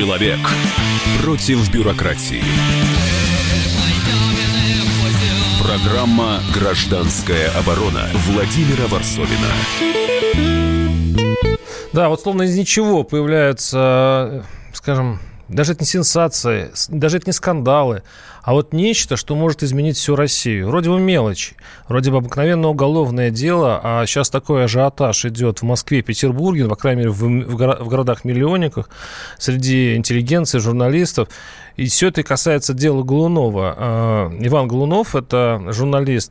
Человек против бюрократии. Программа «Гражданская оборона» Владимира Варсовина. Да, вот словно из ничего появляются, скажем, даже это не сенсации, даже это не скандалы, а вот нечто, что может изменить всю Россию. Вроде бы мелочи, вроде бы обыкновенное уголовное дело, а сейчас такой ажиотаж идет в Москве, Петербурге, по крайней мере, в городах-миллионниках, среди интеллигенции, журналистов. И все это касается дела Голунова. Иван Голунов – это журналист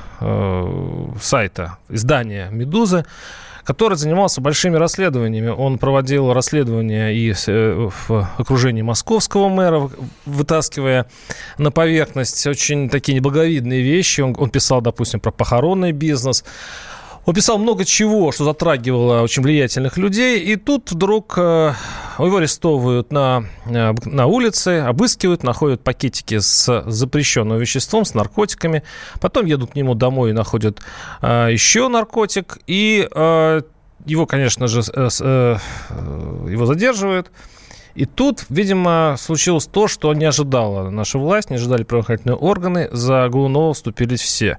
сайта, издания «Медуза», который занимался большими расследованиями. Он проводил расследования и в окружении московского мэра, вытаскивая на поверхность очень такие неблаговидные вещи. Он писал, допустим, про похоронный бизнес. Он писал много чего, что затрагивало очень влиятельных людей. И тут вдруг его арестовывают на улице, обыскивают, находят пакетики с запрещенным веществом, с наркотиками. Потом едут к нему домой и находят еще наркотик. И его, конечно же, его задерживают. И тут, видимо, случилось то, что не ожидала наша власть, не ожидали правоохранительные органы. За Голунова вступились все.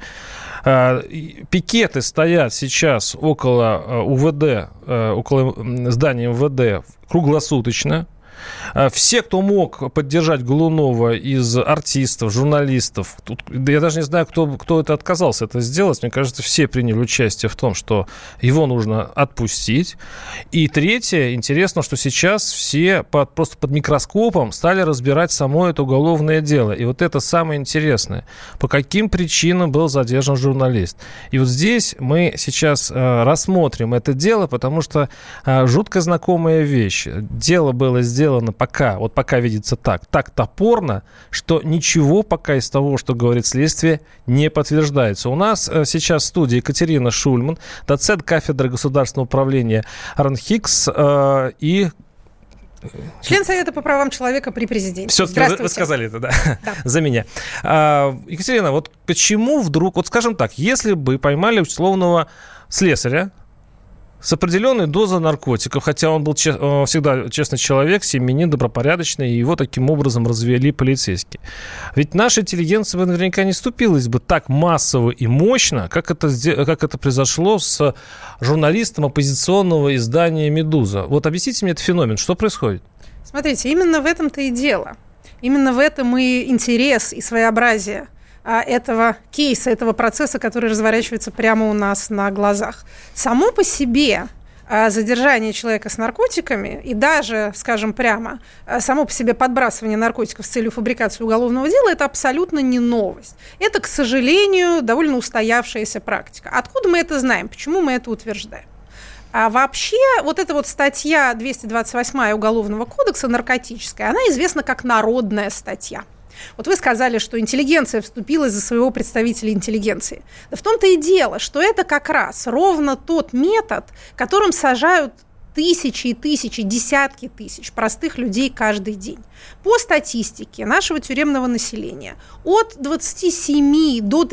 Пикеты стоят сейчас около УВД, около здания МВД круглосуточно. Все, кто мог поддержать Голунова из артистов, журналистов, я даже не знаю, кто это отказался это сделать. Мне кажется, все приняли участие в том, что его нужно отпустить. И третье, интересно, что сейчас все просто под микроскопом стали разбирать само это уголовное дело. И вот это самое интересное. По каким причинам был задержан журналист? И вот здесь мы сейчас рассмотрим это дело, потому что жутко знакомая вещь. Дело было сделано пока видится так топорно, что ничего пока из того, что говорит следствие, не подтверждается. У нас сейчас в студии Екатерина Шульман, доцент кафедры государственного управления РАНХИКС и... Член Совета по правам человека при президенте. Все-таки вы сказали это, да, за меня. Екатерина, вот почему вдруг, вот скажем так, если бы поймали условного слесаря, с определенной дозой наркотиков, хотя он был всегда честный человек, семьянин, добропорядочный, и его таким образом развели полицейские. Ведь наша интеллигенция бы наверняка не вступилась бы так массово и мощно, как это произошло с журналистом оппозиционного издания «Медуза». Вот объясните мне этот феномен, что происходит? Смотрите, именно в этом-то и дело. Именно в этом и интерес, и своеобразие этого кейса, этого процесса, который разворачивается прямо у нас на глазах. Само по себе задержание человека с наркотиками и даже, скажем прямо, само по себе подбрасывание наркотиков с целью фабрикации уголовного дела – это абсолютно не новость. Это, к сожалению, довольно устоявшаяся практика. Откуда мы это знаем? Почему мы это утверждаем? А вообще, вот эта вот статья 228 Уголовного кодекса, наркотическая, она известна как народная статья. Вот вы сказали, что интеллигенция вступилась за своего представителя интеллигенции. Да в том-то и дело, что это как раз ровно тот метод, которым сажают тысячи и тысячи, десятки тысяч простых людей каждый день. По статистике нашего тюремного населения от 27 до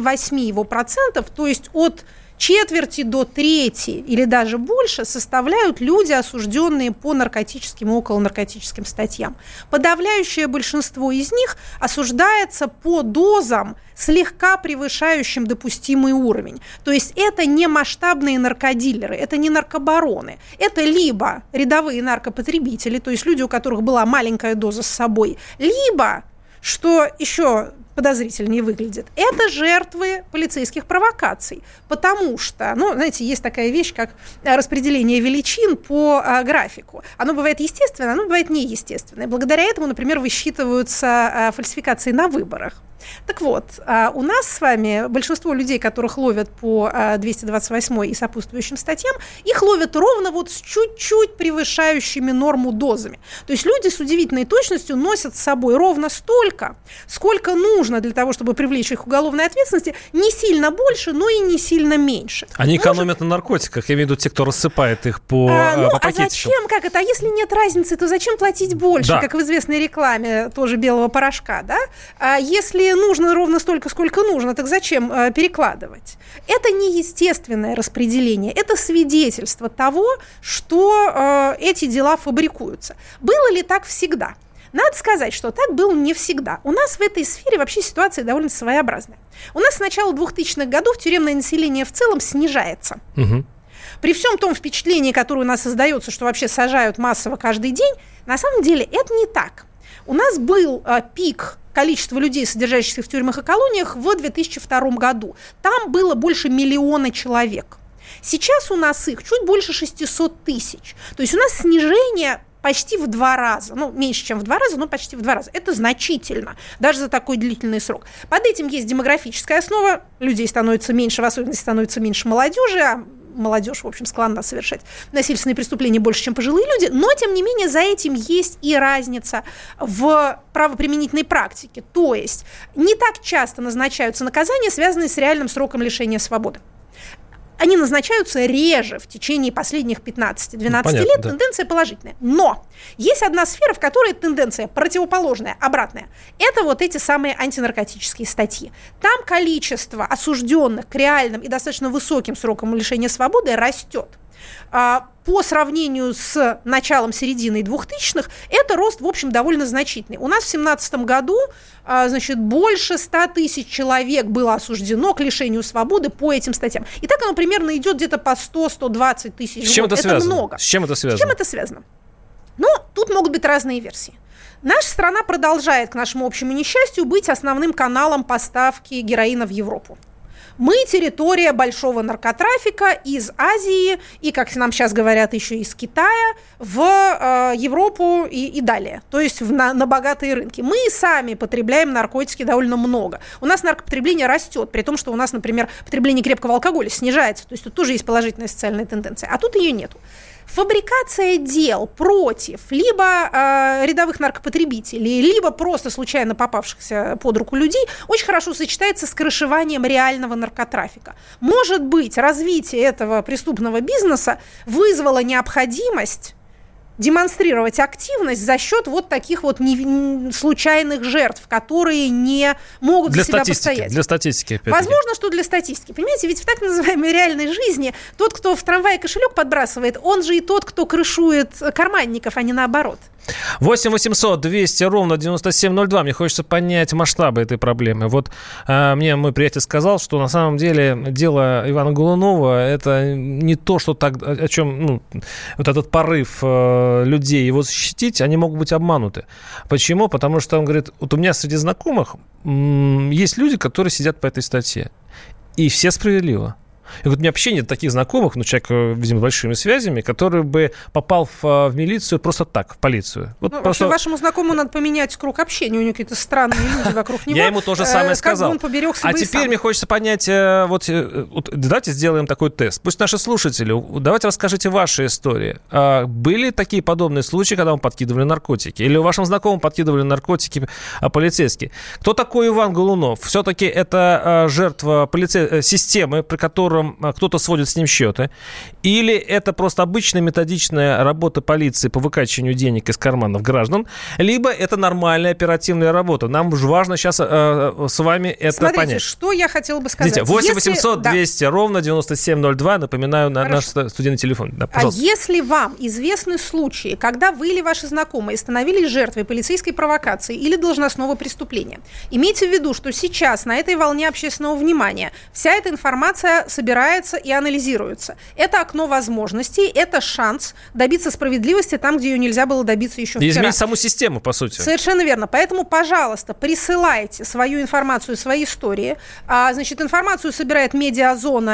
38%, то есть от четверти до трети или даже больше составляют люди, осужденные по наркотическим и околонаркотическим статьям. Подавляющее большинство из них осуждается по дозам, слегка превышающим допустимый уровень. То есть это не масштабные наркодилеры, это не наркобароны. Это либо рядовые наркопотребители, то есть люди, у которых была маленькая доза с собой, либо, что еще подозрительнее выглядит, это жертвы полицейских провокаций. Потому что, знаете, есть такая вещь, как распределение величин по графику. Оно бывает естественное, оно бывает неестественное. Благодаря этому, например, высчитываются фальсификации на выборах. Так вот, у нас с вами большинство людей, которых ловят по 228 и сопутствующим статьям, их ловят ровно вот с чуть-чуть превышающими норму дозами. То есть люди с удивительной точностью носят с собой ровно столько, сколько нужно для того, чтобы привлечь их к уголовной ответственности, не сильно больше, но и не сильно меньше. Они экономят на наркотиках, я имею в виду те, кто рассыпает их по пакетикам. А зачем, как это? А если нет разницы, то зачем платить больше, как в известной рекламе тоже белого порошка, да? Если если нужно ровно столько, сколько нужно, так зачем перекладывать? Это не естественное распределение, это свидетельство того, что эти дела фабрикуются. Было ли так всегда? Надо сказать, что так было не всегда. У нас в этой сфере вообще ситуация довольно своеобразная. У нас с начала 2000-х годов тюремное население в целом снижается. Угу. При всем том впечатлении, которое у нас создается, что вообще сажают массово каждый день, на самом деле это не так. У нас был пик количества людей, содержащихся в тюрьмах и колониях, в 2002 году. Там было больше 1 миллиона человек. Сейчас у нас их чуть больше 600 тысяч. То есть у нас снижение почти в 2 раза. Ну, меньше, чем в 2 раза, но почти в 2 раза. Это значительно, даже за такой длительный срок. Под этим есть демографическая основа. Людей становится меньше, в особенности становится меньше молодежи, а молодежь, в общем, склонна совершать насильственные преступления больше, чем пожилые люди. Но, тем не менее, за этим есть и разница в правоприменительной практике. То есть не так часто назначаются наказания, связанные с реальным сроком лишения свободы. Они назначаются реже в течение последних 15-12 лет. Да. Тенденция положительная. Но есть одна сфера, в которой тенденция противоположная, обратная. Это вот эти самые антинаркотические статьи. Там количество осужденных к реальным и достаточно высоким срокам лишения свободы растет. По сравнению с началом, серединой 2000-х, это рост, в общем, довольно значительный. У нас в 2017 году, значит, больше 100 тысяч человек было осуждено к лишению свободы по этим статьям. И так оно примерно идет где-то по 100-120 тысяч. С чем это связано? Много. С чем это связано? С чем это связано? Ну, тут могут быть разные версии. Наша страна продолжает, к нашему общему несчастью, быть основным каналом поставки героина в Европу. Мы территория большого наркотрафика из Азии и, как нам сейчас говорят, еще из Китая в Европу и далее, то есть на богатые рынки. Мы сами потребляем наркотики довольно много. У нас наркопотребление растет, при том, что у нас, например, потребление крепкого алкоголя снижается, то есть тут тоже есть положительная социальная тенденция, а тут ее нету. Фабрикация дел против либо рядовых наркопотребителей, либо просто случайно попавшихся под руку людей очень хорошо сочетается с крышеванием реального наркотрафика. Может быть, развитие этого преступного бизнеса вызвало необходимость демонстрировать активность за счет вот таких вот случайных жертв, которые не могут за себя постоять. Для статистики. Возможно, что для статистики. Понимаете, ведь в так называемой реальной жизни тот, кто в трамвае кошелек подбрасывает, он же и тот, кто крышует карманников, а не наоборот. 8 800 200 ровно 9702. Мне хочется понять масштабы этой проблемы. Вот мне мой приятель сказал, что на самом деле дело Ивана Голунова — это не то, что так, о чем вот этот порыв людей его защитить, они могут быть обмануты. Почему? Потому что он говорит, вот у меня среди знакомых есть люди, которые сидят по этой статье. И все справедливо. И вот у меня вообще нет таких знакомых, человек, видимо, с большими связями, который бы попал в милицию просто так, в полицию. Вот просто... Вашему знакомому надо поменять круг общения, у него какие-то странные люди вокруг него. Я ему то же самое сказал. Он поберегся бы и теперь сам. Мне хочется понять, вот давайте сделаем такой тест. Пусть наши слушатели, давайте расскажите ваши истории. Были такие подобные случаи, когда вам подкидывали наркотики? Или вашим знакомым подкидывали наркотики полицейские? Кто такой Иван Голунов? Все-таки это жертва системы, при которой кто-то сводит с ним счеты, или это просто обычная методичная работа полиции по выкачиванию денег из карманов граждан, либо это нормальная оперативная работа. Нам же важно сейчас с вами это понять. Смотрите, что я хотела бы сказать. 8 800 200 ровно 9702, напоминаю, наш студийный телефон. Да, пожалуйста. Если вам известны случаи, когда вы или ваши знакомые становились жертвой полицейской провокации или должностного преступления, имейте в виду, что сейчас на этой волне общественного внимания вся эта информация собирается и анализируется. Это окно возможностей, это шанс добиться справедливости там, где ее нельзя было добиться еще вчера. И изменить саму систему, по сути. Совершенно верно. Поэтому, пожалуйста, присылайте свою информацию, свои истории. Значит, информацию собирает Медиазона,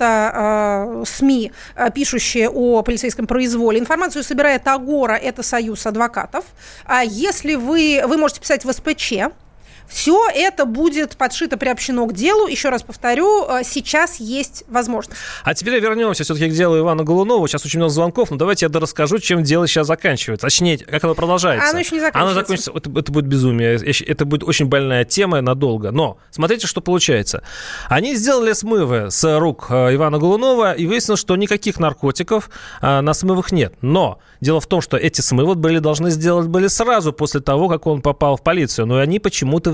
это СМИ, пишущие о полицейском произволе. Информацию собирает Агора, это Союз адвокатов. Если вы можете писать в СПЧ, все это будет подшито, приобщено к делу. Еще раз повторю, сейчас есть возможность. А теперь вернемся все-таки к делу Ивана Голунова. Сейчас очень много звонков, но давайте я расскажу, чем дело сейчас заканчивается. Точнее, как оно продолжается. Оно еще не заканчивается. Оно закончится. Это будет безумие. Это будет очень больная тема надолго. Но смотрите, что получается. Они сделали смывы с рук Ивана Голунова, и выяснилось, что никаких наркотиков на смывах нет. Но дело в том, что эти смывы должны сделать были сразу после того, как он попал в полицию. Но они почему-то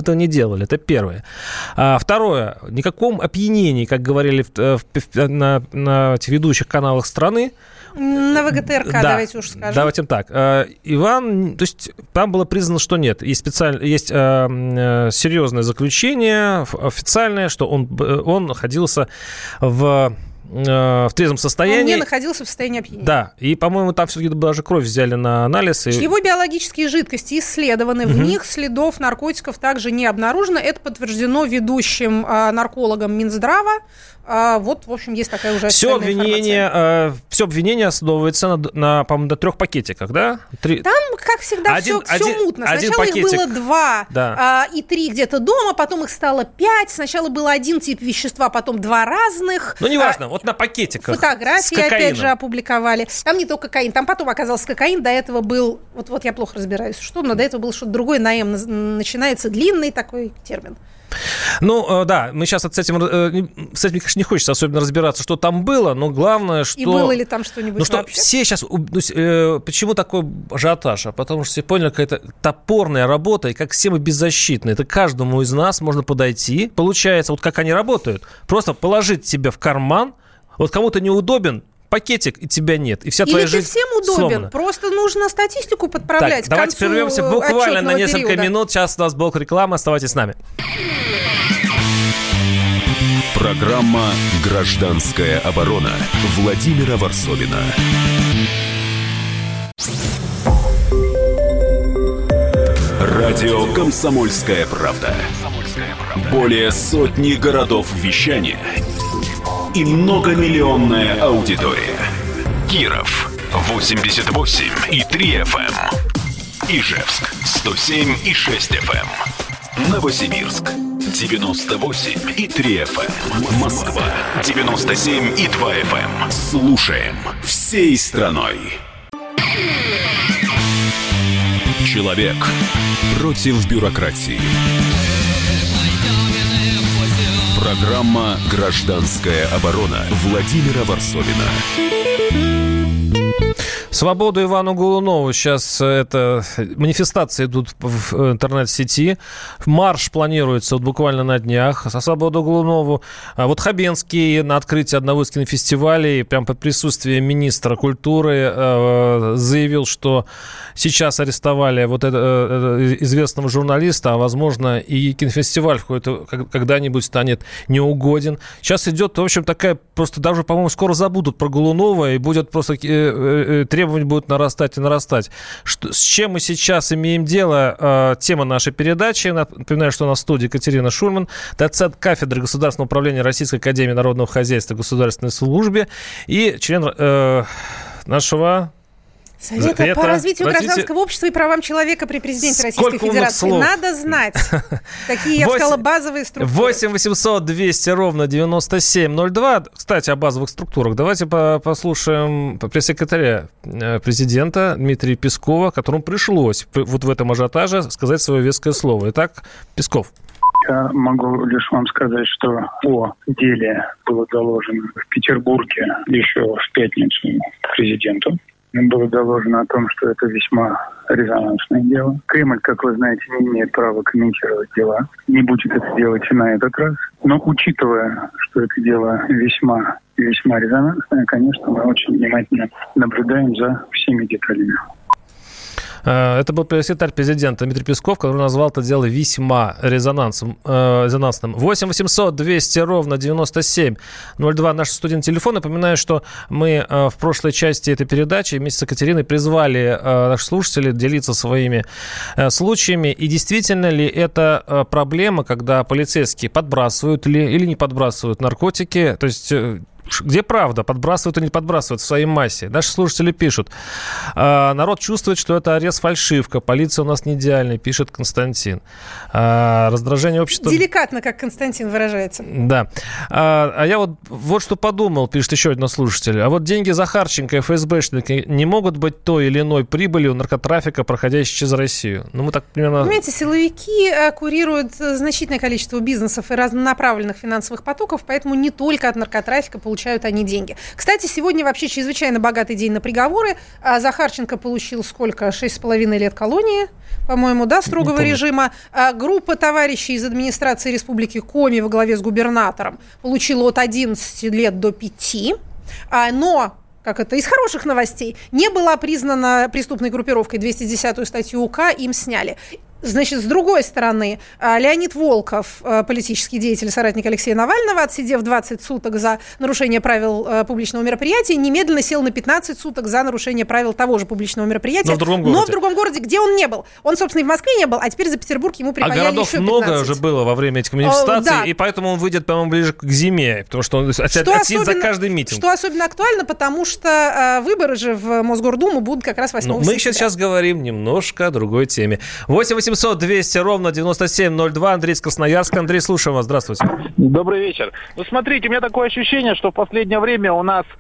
этого не делали. Это первое. Второе. Никаком опьянении, как говорили на этих ведущих каналах страны. На ВГТРК, да, давайте уж скажем. Давайте так. Иван, то есть там было признано, что нет. Есть серьезное заключение официальное, что он находился в трезвом состоянии. Он не находился в состоянии опьянения. Да, и, по-моему, там все-таки даже кровь взяли на анализ. Его биологические жидкости исследованы, в них следов наркотиков также не обнаружено. Это подтверждено ведущим наркологом Минздрава. Вот, в общем, есть такая уже официальная информация. Все обвинение основывается по-моему, на 3 пакетиках, да? Там, как всегда, все мутно. Сначала их было 2 и 3 где-то дома, потом их стало 5. Сначала был один тип вещества, потом 2 разных. Ну, неважно, вот на пакетиках. Фотографии, опять же, опубликовали. Там не только кокаин, там потом оказался кокаин, до этого был, вот я плохо разбираюсь, но до этого было что-то другое, на М начинается, длинный такой термин. Ну, да, мы сейчас с этим, конечно, не хочется особенно разбираться, что там было, но главное, что... И было ли там что-нибудь вообще? Что все сейчас... Почему такой ажиотаж? Потому что все поняли, какая-то топорная работа, и как все мы беззащитны. Это каждому из нас можно подойти. Получается, вот как они работают. Просто положить себе в карман, вот кому-то неудобен, пакетик, и тебя нет. И вся твоя жизнь всем удобен, сломана. Просто нужно статистику подправлять. Так, давайте прервемся буквально на несколько минут. Сейчас у нас блок рекламы. Оставайтесь с нами. Программа «Гражданская оборона» Владимира Варсовина. Радио «Комсомольская правда». Более сотни городов вещания и многомиллионная аудитория. Киров 88,3 FM. Ижевск 107,6 FM. Новосибирск 98,3 FM. Москва 97,2 FM. Слушаем всей страной. Человек против бюрократии. Программа «Гражданская оборона» Владимира Варсовина. Свободу Ивану Голунову. Сейчас манифестации идут в интернет-сети. Марш планируется буквально на днях за свободу Голунову. Вот Хабенский на открытии одного из кинофестивалей, прямо под присутствием министра культуры, заявил, что сейчас арестовали вот этого известного журналиста, а, возможно, и кинофестиваль когда-нибудь станет неугоден. Сейчас идет, в общем, такая, просто даже, по-моему, скоро забудут про Голунова, и будет просто требования будут нарастать и нарастать. С чем мы сейчас имеем дело? Тема нашей передачи. Напоминаю, что у нас в студии Екатерина Шульман, доцент кафедры Государственного управления Российской академии народного хозяйства и государственной службы и член нашего... Совета по развитию гражданского общества и правам человека при президенте Российской Федерации. Надо знать. Такие, я бы сказала, базовые структуры. 8 800 200 ровно 9702. Кстати, о базовых структурах. Давайте послушаем пресс-секретаря президента Дмитрия Пескова, которому пришлось вот в этом ажиотаже сказать свое веское слово. Итак, Песков. Я могу лишь вам сказать, что о деле было доложено в Петербурге еще в пятницу президенту. Было доложено о том, что это весьма резонансное дело. Кремль, как вы знаете, не имеет права комментировать дела. Не будет это делать и на этот раз. Но учитывая, что это дело весьма резонансное, конечно, мы очень внимательно наблюдаем за всеми деталями. Это был пресс-секретарь президента Дмитрий Песков, который назвал это дело весьма резонансным. 8 800 200 ровно 9702 наш студийный телефон. Напоминаю, что мы в прошлой части этой передачи вместе с Екатериной призвали наших слушателей делиться своими случаями. И действительно ли это проблема, когда полицейские подбрасывают или не подбрасывают наркотики? То есть... Где правда? Подбрасывают или не подбрасывают в своей массе? Наши слушатели пишут. Народ чувствует, что это арест-фальшивка. Полиция у нас не идеальная, пишет Константин. Раздражение общества... Деликатно, как Константин выражается. Да. А я вот что подумал, пишет еще один слушатель. А вот деньги Захарченко и ФСБшники не могут быть той или иной прибылью наркотрафика, проходящей через Россию. Ну, мы так примерно... Понимаете, силовики курируют значительное количество бизнесов и разнонаправленных финансовых потоков, поэтому не только от наркотрафика получают получают они деньги. Кстати, сегодня вообще чрезвычайно богатый день на приговоры. Захарченко получил сколько? 6,5 лет колонии, по-моему, да, строгого режима. Группа товарищей из администрации Республики Коми во главе с губернатором получила от 11 лет до 5. Но, как это, из хороших новостей, не была признана преступной группировкой, 210-ю статью УК им сняли. Значит, с другой стороны, Леонид Волков, политический деятель, соратник Алексея Навального, отсидев 20 суток за нарушение правил публичного мероприятия, немедленно сел на 15 суток за нарушение правил того же публичного мероприятия, но в другом городе, где он не был. Он, собственно, и в Москве не был, а теперь за Петербург ему припаяли еще 15. А городов много уже было во время этих манифестаций, да. И поэтому он выйдет, по-моему, ближе к зиме, потому что он отсидит за каждый митинг. Что особенно актуально, потому что выборы же в Мосгордуму будут как раз 8 сентября. Мы сейчас говорим немножко о другой теме. 8 800 200 ровно 9702. Андрей из Красноярска. Андрей, слушаем вас. Здравствуйте. Добрый вечер. Ну, смотрите, у меня такое ощущение, что в последнее время у нас...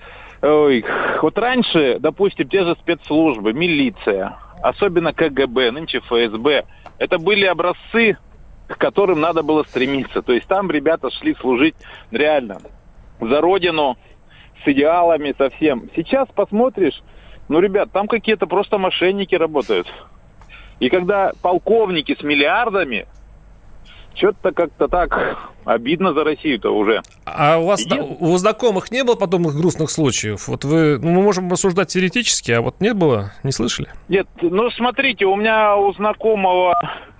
вот раньше, допустим, те же спецслужбы, милиция, особенно КГБ, нынче ФСБ, это были образцы, к которым надо было стремиться. То есть там ребята шли служить реально за родину, с идеалами, со всем. Сейчас посмотришь, ну, ребят, там какие-то просто мошенники работают. И когда полковники с миллиардами, что-то как-то так обидно за Россию-то уже. А у вас знакомых не было подобных грустных случаев? Вот мы можем рассуждать теоретически, а вот не было? Не слышали? Нет, ну смотрите, у меня у знакомого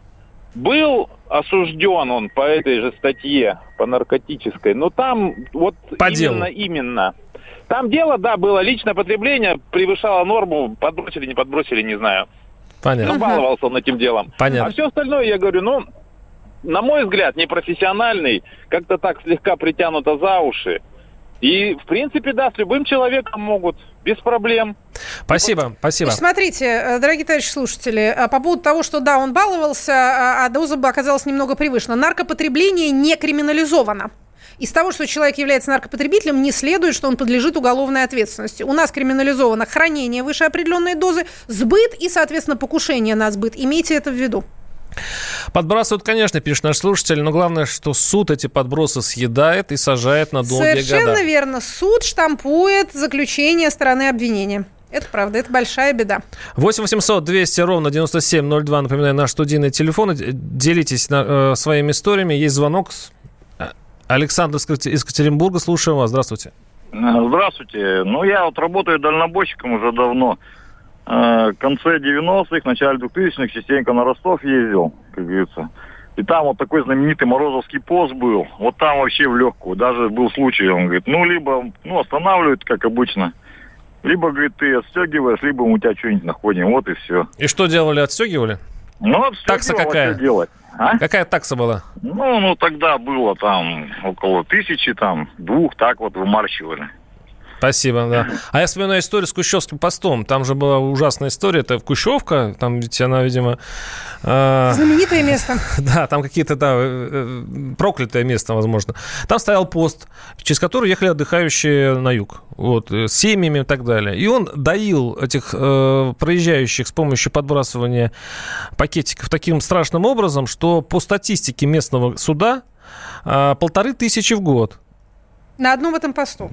был осужден он по этой же статье, по наркотической, но там вот именно. Там дело, да, было личное потребление, превышало норму, подбросили, не подбросили, не знаю. Понятно. Баловался он этим делом. Понятно. А все остальное, я говорю, на мой взгляд, непрофессиональный, как-то так слегка притянуто за уши. И, в принципе, да, с любым человеком могут, без проблем. Спасибо. Значит, смотрите, дорогие товарищи слушатели, по поводу того, что, да, он баловался, а доза бы оказалась немного превышена. Наркопотребление не криминализовано. Из того, что человек является наркопотребителем, не следует, что он подлежит уголовной ответственности. У нас криминализовано хранение выше определенной дозы, сбыт и, соответственно, покушение на сбыт. Имейте это в виду. Подбрасывают, конечно, пишет наш слушатель, но главное, что суд эти подбросы съедает и сажает на долгие года. Совершенно верно. Суд штампует заключение стороны обвинения. Это правда, это большая беда. 8 800 200 ровно 9702, напоминаю, наш студийный телефон. Делитесь своими историями. Есть звонок. Александр из Екатеринбурга, слушаем вас. Здравствуйте. Здравствуйте. Я вот работаю дальнобойщиком уже давно. В конце 90-х, начале 2000-х частенько на Ростов ездил, как говорится. И там вот такой знаменитый Морозовский пост был. Вот там вообще в легкую. Даже был случай, он говорит, либо останавливают, как обычно, либо, говорит, ты отстегиваешь, либо мы у тебя что-нибудь находим. Вот и все. И что делали, отстегивали? Такса какая? Делать. А? Какая такса была? Тогда было там около 1000, 2, так вот вымарщивали. Спасибо, да. А я вспоминаю историю с Кущевским постом. Там же была ужасная история. Это Кущевка, там ведь она, видимо... знаменитое место. Да, там какие-то, проклятое место, возможно. Там стоял пост, через который ехали отдыхающие на юг. С семьями и так далее. И он доил этих проезжающих с помощью подбрасывания пакетиков таким страшным образом, что по статистике местного суда 1500 в год. На одном этом посту.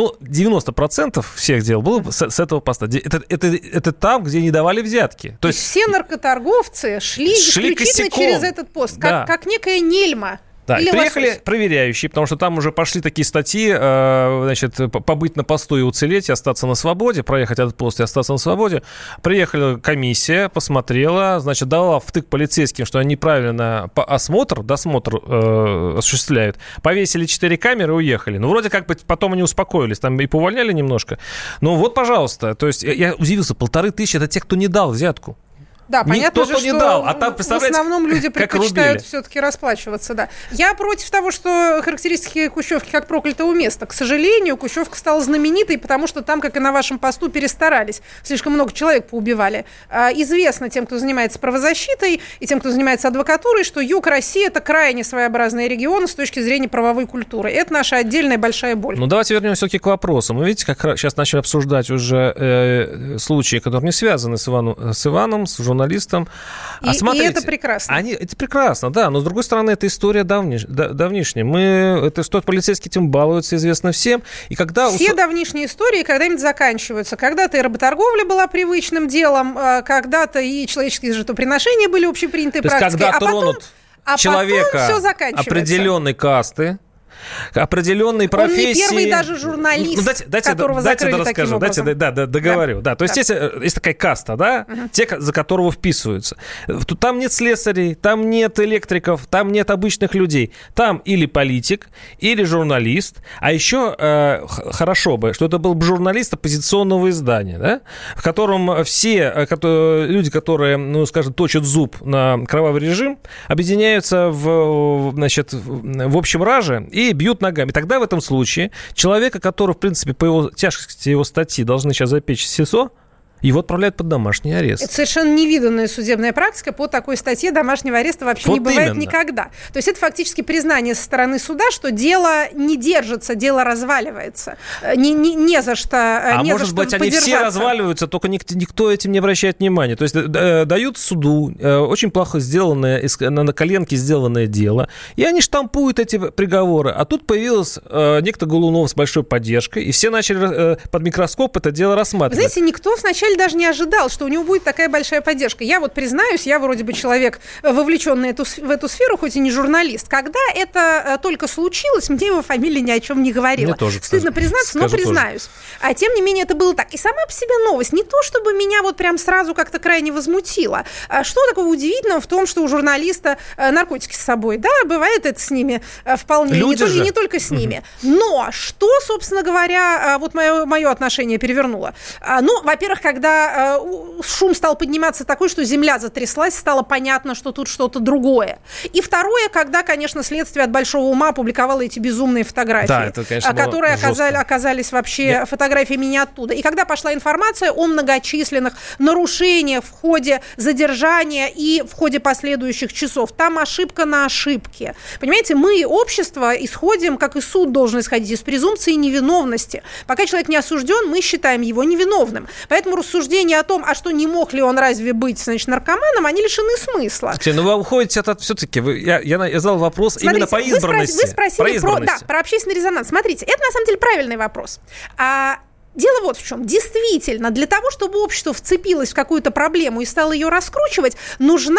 90% всех дел было с этого поста. Это там, где не давали взятки. То есть все наркоторговцы шли исключительно через этот пост, как некая Нельма. Да, и приехали проверяющие, потому что там уже пошли такие статьи, побыть на посту и уцелеть, и остаться на свободе, проехать этот пост и остаться на свободе. Приехала комиссия, посмотрела, дала втык полицейским, что они неправильно досмотр осуществляют. Повесили 4 камеры и уехали. Вроде как бы потом они успокоились, там и поувольняли немножко. Пожалуйста, то есть я удивился, 1500 это те, кто не дал взятку. Да, понятно же, что не дал, там, в основном люди предпочитают все-таки расплачиваться. Да. Я против того, что характеристики Кущевки как проклятого места. К сожалению, Кущевка стала знаменитой, потому что там, как и на вашем посту, перестарались. Слишком много человек поубивали. Известно тем, кто занимается правозащитой, и тем, кто занимается адвокатурой, что юг России – это крайне своеобразный регион с точки зрения правовой культуры. Это наша отдельная большая боль. Давайте вернемся все-таки к вопросу. Мы, видите, как сейчас начали обсуждать уже случаи, которые не связаны с Иваном, с журналистам. И это прекрасно. Это прекрасно, да, но с другой стороны, это история давнишняя. Это что полицейские этим балуются, известно всем. И когда все давнишние истории когда-нибудь заканчиваются. Когда-то и работорговля была привычным делом, когда-то и человеческие жертвоприношения были общепринятой практикой. Когда тронут человека все заканчивается. Определенной касты, определенной профессии. Он не первый даже журналист, которого закрыли таким образом. Договорю. Да. То есть есть такая каста, да, те, за которого вписываются. Там нет слесарей, там нет электриков, там нет обычных людей. Там или политик, или журналист. А еще хорошо бы, что это был бы журналист оппозиционного издания, да, в котором все люди, которые, скажем, точат зуб на кровавый режим, объединяются в общем раже и бьют ногами. Тогда в этом случае человека, который, в принципе, по тяжкости его статьи должны сейчас запечь в СИЗО, его отправляют под домашний арест. Это совершенно невиданная судебная практика. По такой статье домашнего ареста вообще не бывает никогда. То есть это фактически признание со стороны суда, что дело не держится, дело разваливается. Не за что подержаться. Может быть, они все разваливаются, только никто этим не обращает внимания. То есть дают суду очень плохо сделанное, на коленке сделанное дело, и они штампуют эти приговоры. А тут появился некто Голунов с большой поддержкой, и все начали под микроскоп это дело рассматривать. Знаете, никто вначале даже не ожидал, что у него будет такая большая поддержка. Я признаюсь, я вроде бы человек, вовлеченный в эту сферу, хоть и не журналист. Когда это только случилось, мне его фамилия ни о чем не говорила. Мне тоже, стыдно признаться, но признаюсь. А тем не менее это было так. И сама по себе новость. Не то, чтобы меня прям сразу как-то крайне возмутило. Что такого удивительного в том, что у журналиста наркотики с собой? Да, бывает это с ними вполне. Не только с ними. Но что, собственно говоря, мое отношение перевернуло? Во-первых, когда шум стал подниматься такой, что земля затряслась, стало понятно, что тут что-то другое. И второе, когда, конечно, следствие от большого ума опубликовало эти безумные фотографии, да, это, конечно, которые оказались вообще фотографиями не оттуда. И когда пошла информация о многочисленных нарушениях в ходе задержания и в ходе последующих часов, там ошибка на ошибке. Понимаете, мы, общество, исходим, как и суд должен исходить, из презумпции невиновности. Пока человек не осужден, мы считаем его невиновным. Поэтому рассуждения о том, а что не мог ли он разве быть, наркоманом, они лишены смысла. Слушайте, вы уходите от все-таки. Я задал вопрос. Смотрите, именно по избранности. Вы спросили про общественный резонанс. Смотрите, это на самом деле правильный вопрос. Дело вот в чем. Действительно, для того, чтобы общество вцепилось в какую-то проблему и стало ее раскручивать, нужна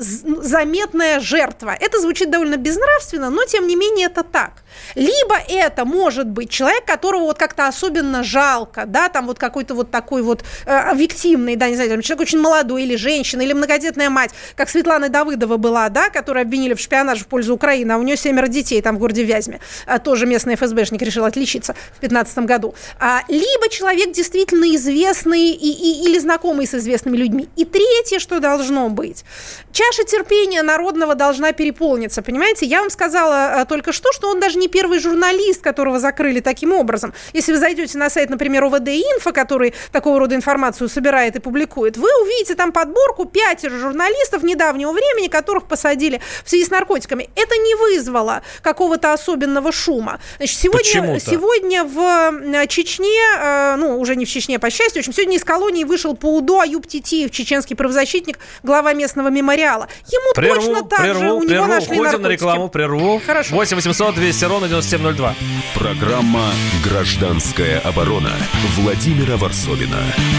заметная жертва. Это звучит довольно безнравственно, но тем не менее это так. Либо это может быть человек, которого как-то особенно жалко, да, там какой-то такой виктимный, да, не знаю, человек очень молодой, или женщина, или многодетная мать, как Светлана Давыдова была, да, которую обвинили в шпионаже в пользу Украины, а у нее 7 детей там в городе Вязьме. Тоже местный ФСБшник решил отличиться в 2015 году. Либо человек действительно известный или знакомый с известными людьми. И третье, что должно быть. Чаша терпения народного должна переполниться, понимаете? Я вам сказала только что он даже не первый журналист, которого закрыли таким образом. Если вы зайдете на сайт, например, ОВД-Инфо, который такого рода информацию собирает и публикует, вы увидите там подборку 5 журналистов недавнего времени, которых посадили в связи с наркотиками. Это не вызвало какого-то особенного шума. Значит, сегодня в Чечне, уже не в Чечне, по счастью, в общем, сегодня из колонии вышел по УДО Аюб Титиев, чеченский правозащитник, глава местного мемориала. Ему точно так же, у него нашли наркотики. Уходим на рекламу, прерву. Хорошо. 8 800 200 ровно 9702. Программа «Гражданская оборона» Владимира Варсовина.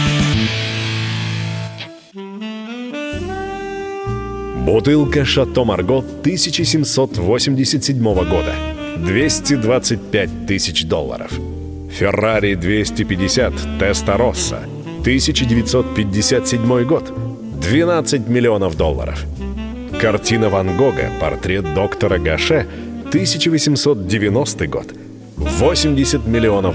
Бутылка «Шато Марго» 1787 года. $225 тысяч. Феррари 250 Теста-Росса. 1957 год. $12 миллионов. Картина Ван Гога «Портрет доктора Гаше», 1890 год. $80 миллионов.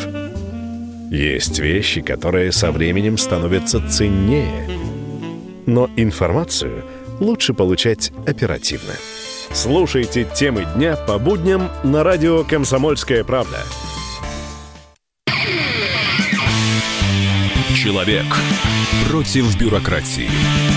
Есть вещи, которые со временем становятся ценнее. Но информацию лучше получать оперативно. Слушайте темы дня по будням на радио «Комсомольская правда». Человек против бюрократии.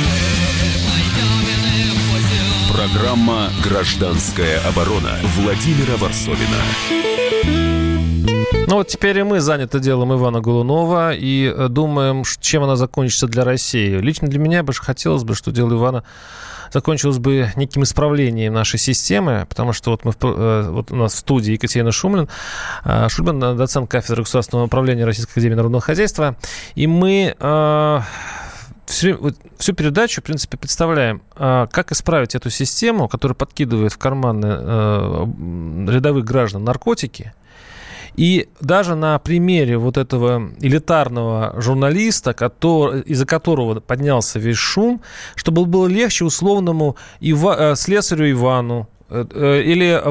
Программа «Гражданская оборона» Владимира Варсовина. Ну вот теперь и мы заняты делом Ивана Голунова и думаем, чем она закончится для России. Лично для меня хотелось бы, что дело Ивана закончилось бы неким исправлением нашей системы, потому что вот у нас в студии Екатерина Шульман, доцент кафедры государственного управления Российской академии народного хозяйства, и мы всю передачу, в принципе, представляем, как исправить эту систему, которая подкидывает в карманы рядовых граждан наркотики. И даже на примере вот этого элитарного журналиста, из-за которого поднялся весь шум, чтобы было легче условному слесарю Ивану или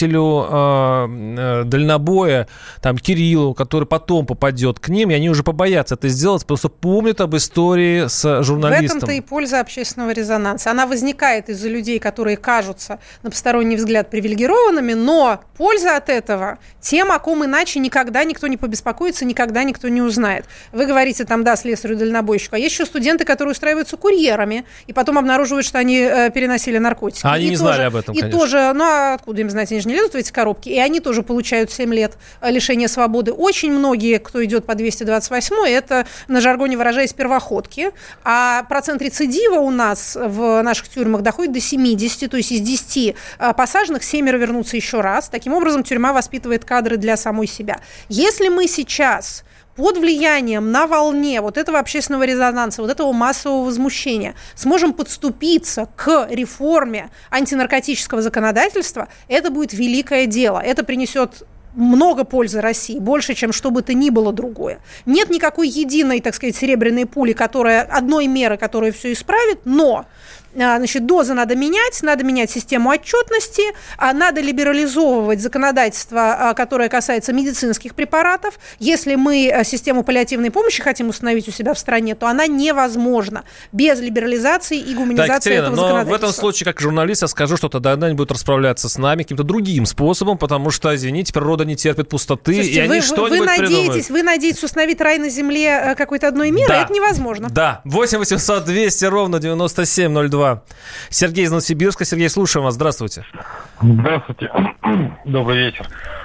водителю дальнобоя, там, Кириллу, который потом попадет к ним, и они уже побоятся это сделать, просто помнят об истории с журналистом. В этом-то и польза общественного резонанса. Она возникает из-за людей, которые кажутся на посторонний взгляд привилегированными, но польза от этого тем, о ком иначе никогда никто не побеспокоится, никогда никто не узнает. Вы говорите там, да, слесарю-дальнобойщику, а есть еще студенты, которые устраиваются курьерами, и потом обнаруживают, что они переносили наркотики. А они не знали об этом, конечно. Ну, а откуда им знать, они же не лезут в эти коробки, и они тоже получают 7 лет лишения свободы. Очень многие, кто идет по 228-й, это, на жаргоне выражаясь, первоходки, а процент рецидива у нас в наших тюрьмах доходит до 70, то есть из 10 посаженных 7 вернутся еще раз. Таким образом, тюрьма воспитывает кадры для самой себя. Если мы сейчас под влиянием, на волне вот этого общественного резонанса, вот этого массового возмущения сможем подступиться к реформе антинаркотического законодательства, это будет великое дело. Это принесет много пользы России, больше, чем что бы то ни было другое. Нет никакой единой, так сказать, серебряной пули, одной меры, которая все исправит, но значит, дозы надо менять систему отчетности, надо либерализовывать законодательство, которое касается медицинских препаратов. Если мы систему паллиативной помощи хотим установить у себя в стране, то она невозможна без либерализации и гуманизации этого законодательства. Но в этом случае, как журналист, я скажу, что тогда они будут расправляться с нами каким-то другим способом, потому что, извините, природа не терпит пустоты, слушайте, и они что-нибудь придумают. Вы надеетесь установить рай на земле какой-то одной меры? Да. Это невозможно. Да. 8 800 200 ровно 9702. Сергей из Новосибирска. Сергей, слушаем вас. Здравствуйте. Здравствуйте. Добрый вечер.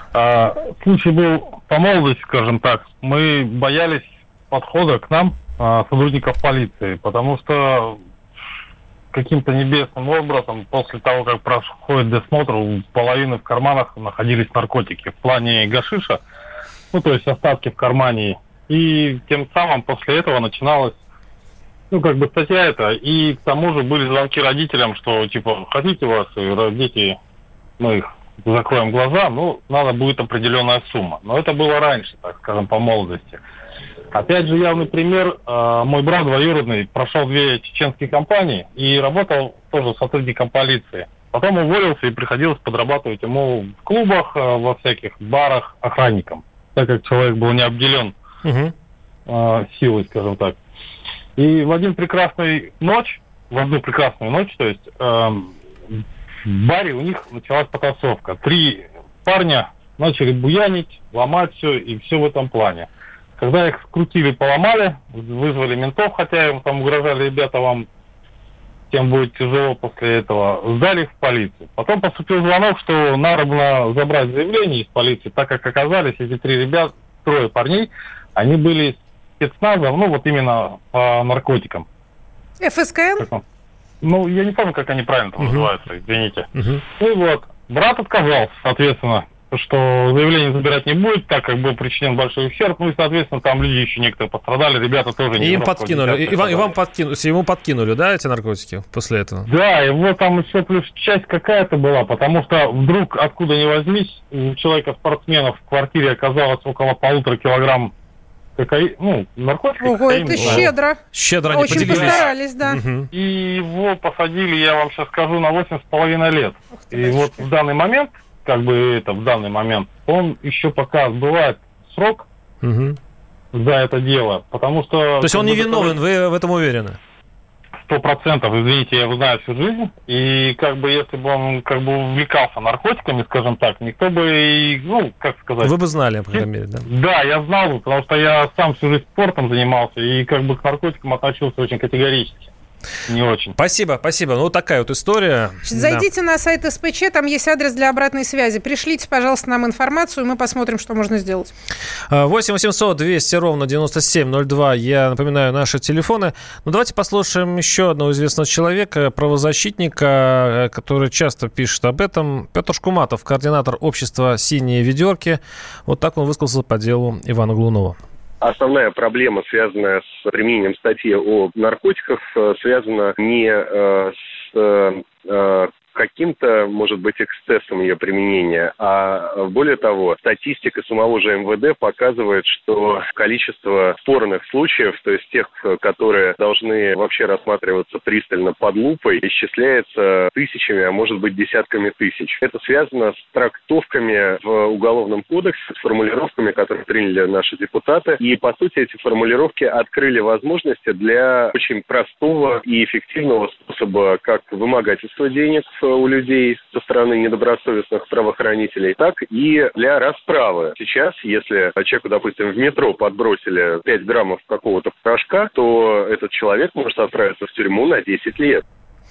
Случай был по молодости, скажем так. Мы боялись подхода к нам сотрудников полиции, потому что каким-то небесным образом после того, как проходит досмотр, у половины в карманах находились наркотики в плане гашиша, ну, то есть остатки в кармане. И тем самым после этого начиналось статья эта, и к тому же были звонки родителям, что, хотите вас, дети, мы их закроем глаза, надо будет определенная сумма. Но это было раньше, так скажем, по молодости. Опять же, явный пример, мой брат двоюродный прошел 2 чеченские компании и работал тоже сотрудником полиции. Потом уволился и приходилось подрабатывать ему в клубах, во всяких барах охранником, так как человек был не обделен силой, скажем так. И в одну прекрасную ночь, то есть в баре у них началась потасовка. 3 парня начали буянить, ломать все, и все в этом плане. Когда их скрутили, поломали, вызвали ментов, хотя им там угрожали: ребята, вам тем будет тяжело после этого, сдали их в полицию. Потом поступил звонок, что надо было забрать заявление из полиции, так как оказались эти 3 парней, они были спецназом, именно по наркотикам. ФСКН? Я не помню, как они правильно там называются, извините. И вот, брат отказался, соответственно, что заявление забирать не будет, так как был причинен большой ущерб, и, соответственно, там люди еще некоторые пострадали, ребята тоже не. И им подкинули, ему подкинули, да, эти наркотики после этого? Да, и вот там еще плюс часть какая-то была, потому что вдруг, откуда ни возьмись, у человека-спортсмена в квартире оказалось около 1,5 килограмм наркотиков. Ого, это щедро. Щедро они очень поделились. Постарались, да. И его посадили, я вам сейчас скажу, на 8,5 лет. И вот в данный момент, он еще пока отбывает срок за это дело, потому что... То есть он не виновен, вы в этом уверены? 100%, извините, я его знаю всю жизнь, и если бы он увлекался наркотиками, скажем так, никто бы Вы бы знали, по крайней мере, да? Да, я знал, потому что я сам всю жизнь спортом занимался, и к наркотикам относился очень категорически. не очень. Спасибо. Ну, вот такая вот история. Зайдите на сайт СПЧ, там есть адрес для обратной связи. Пришлите, пожалуйста, нам информацию, и мы посмотрим, что можно сделать. 8 800 200 ровно 9702. Я напоминаю, наши телефоны. Ну, давайте послушаем еще одного известного человека, правозащитника, который часто пишет об этом. Петр Шкуматов, координатор общества «Синие ведерки». Вот так он высказался по делу Ивана Глунова. Основная проблема, связанная с применением статьи о наркотиках, связана не с каким-то, может быть, эксцессом ее применения, а более того, статистика самого же МВД показывает, что количество спорных случаев, то есть тех, которые должны вообще рассматриваться пристально под лупой, исчисляется тысячами, а может быть десятками тысяч. Это связано с трактовками в Уголовном кодексе, с формулировками, которые приняли наши депутаты. И, по сути, эти формулировки открыли возможности для очень простого и эффективного способа как вымогательства денег у людей со стороны недобросовестных правоохранителей, так и для расправы. Сейчас, если человеку, допустим, в метро подбросили 5 граммов какого-то порошка, то этот человек может отправиться в тюрьму на 10 лет.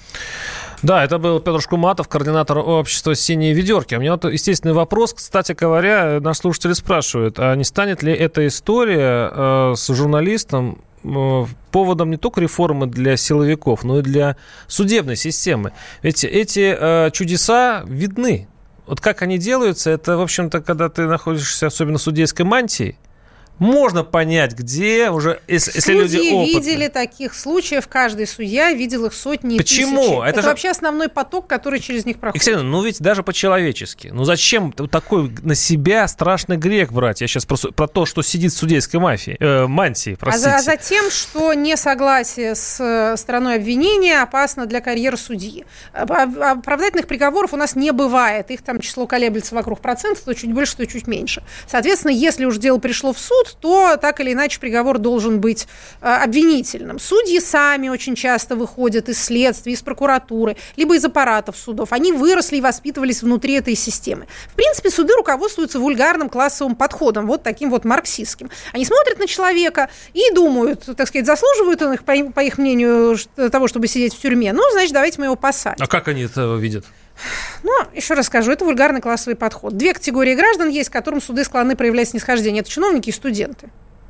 Да, это был Петр Шкуматов, координатор общества «Синие ведерки». У меня вот естественный вопрос. Кстати говоря, наш слушатель спрашивает, а не станет ли эта история с журналистом поводом не только реформы для силовиков, но и для судебной системы? Ведь эти чудеса видны. Вот как они делаются, это, в общем-то, когда ты находишься особенно в судейской мантии, можно понять, где уже, если люди опытные. Судьи видели таких случаев, каждый судья видел их сотни и тысячи. Почему? Это же вообще основной поток, который через них проходит. Екатерина, ну ведь даже по-человечески. Ну зачем такой на себя страшный грех брать? Я сейчас про то, что сидит в судейской мантии, простите. А за тем, что несогласие с стороной обвинения опасно для карьеры судьи. Оправдательных приговоров у нас не бывает. Их там число колеблется вокруг процентов, то чуть больше, то чуть меньше. Соответственно, если уж дело пришло в суд, то так или иначе приговор должен быть обвинительным. Судьи сами очень часто выходят из следствия, из прокуратуры, либо из аппаратов судов. Они выросли и воспитывались внутри этой системы. В принципе, суды руководствуются вульгарным классовым подходом, вот таким вот марксистским. Они смотрят на человека и думают, так сказать, заслуживают он их, по их мнению, того, чтобы сидеть в тюрьме. Ну, значит, давайте мы его посадим. А как они это видят? Ну, еще раз скажу, это вульгарный классовый подход. Две категории граждан есть, к которым суды склонны проявлять снисхождение. Это чиновники и студенты.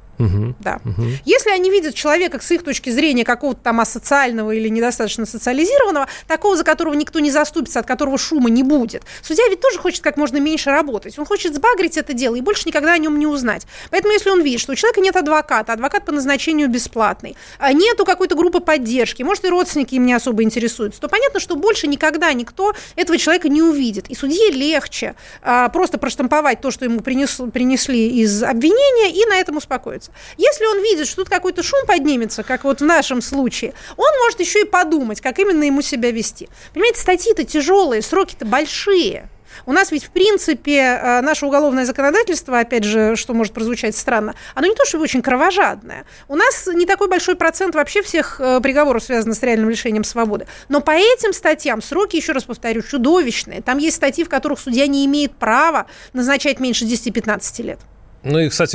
Да. Если они видят человека с их точки зрения какого-то там асоциального или недостаточно социализированного, такого, за которого никто не заступится, от которого шума не будет, судья ведь тоже хочет как можно меньше работать. Он хочет сбагрить это дело и больше никогда о нем не узнать. Поэтому если он видит, что у человека нет адвоката, адвокат по назначению бесплатный, нету какой-то группы поддержки, может, и родственники им не особо интересуются, то понятно, что больше никогда никто этого человека не увидит. И судье легче просто проштамповать то, что ему принесли из обвинения, и на этом успокоиться. Если он видит, что тут какой-то шум поднимется, как вот в нашем случае, он может еще и подумать, как именно ему себя вести. Понимаете, статьи-то тяжелые, сроки-то большие. У нас ведь, в принципе, наше уголовное законодательство, опять же, что может прозвучать странно, оно не то, что очень кровожадное. У нас не такой большой процент вообще всех приговоров связан с реальным лишением свободы. Но по этим статьям сроки, еще раз повторю, чудовищные. Там есть статьи, в которых судья не имеет права назначать меньше 10-15 лет. Ну и, кстати,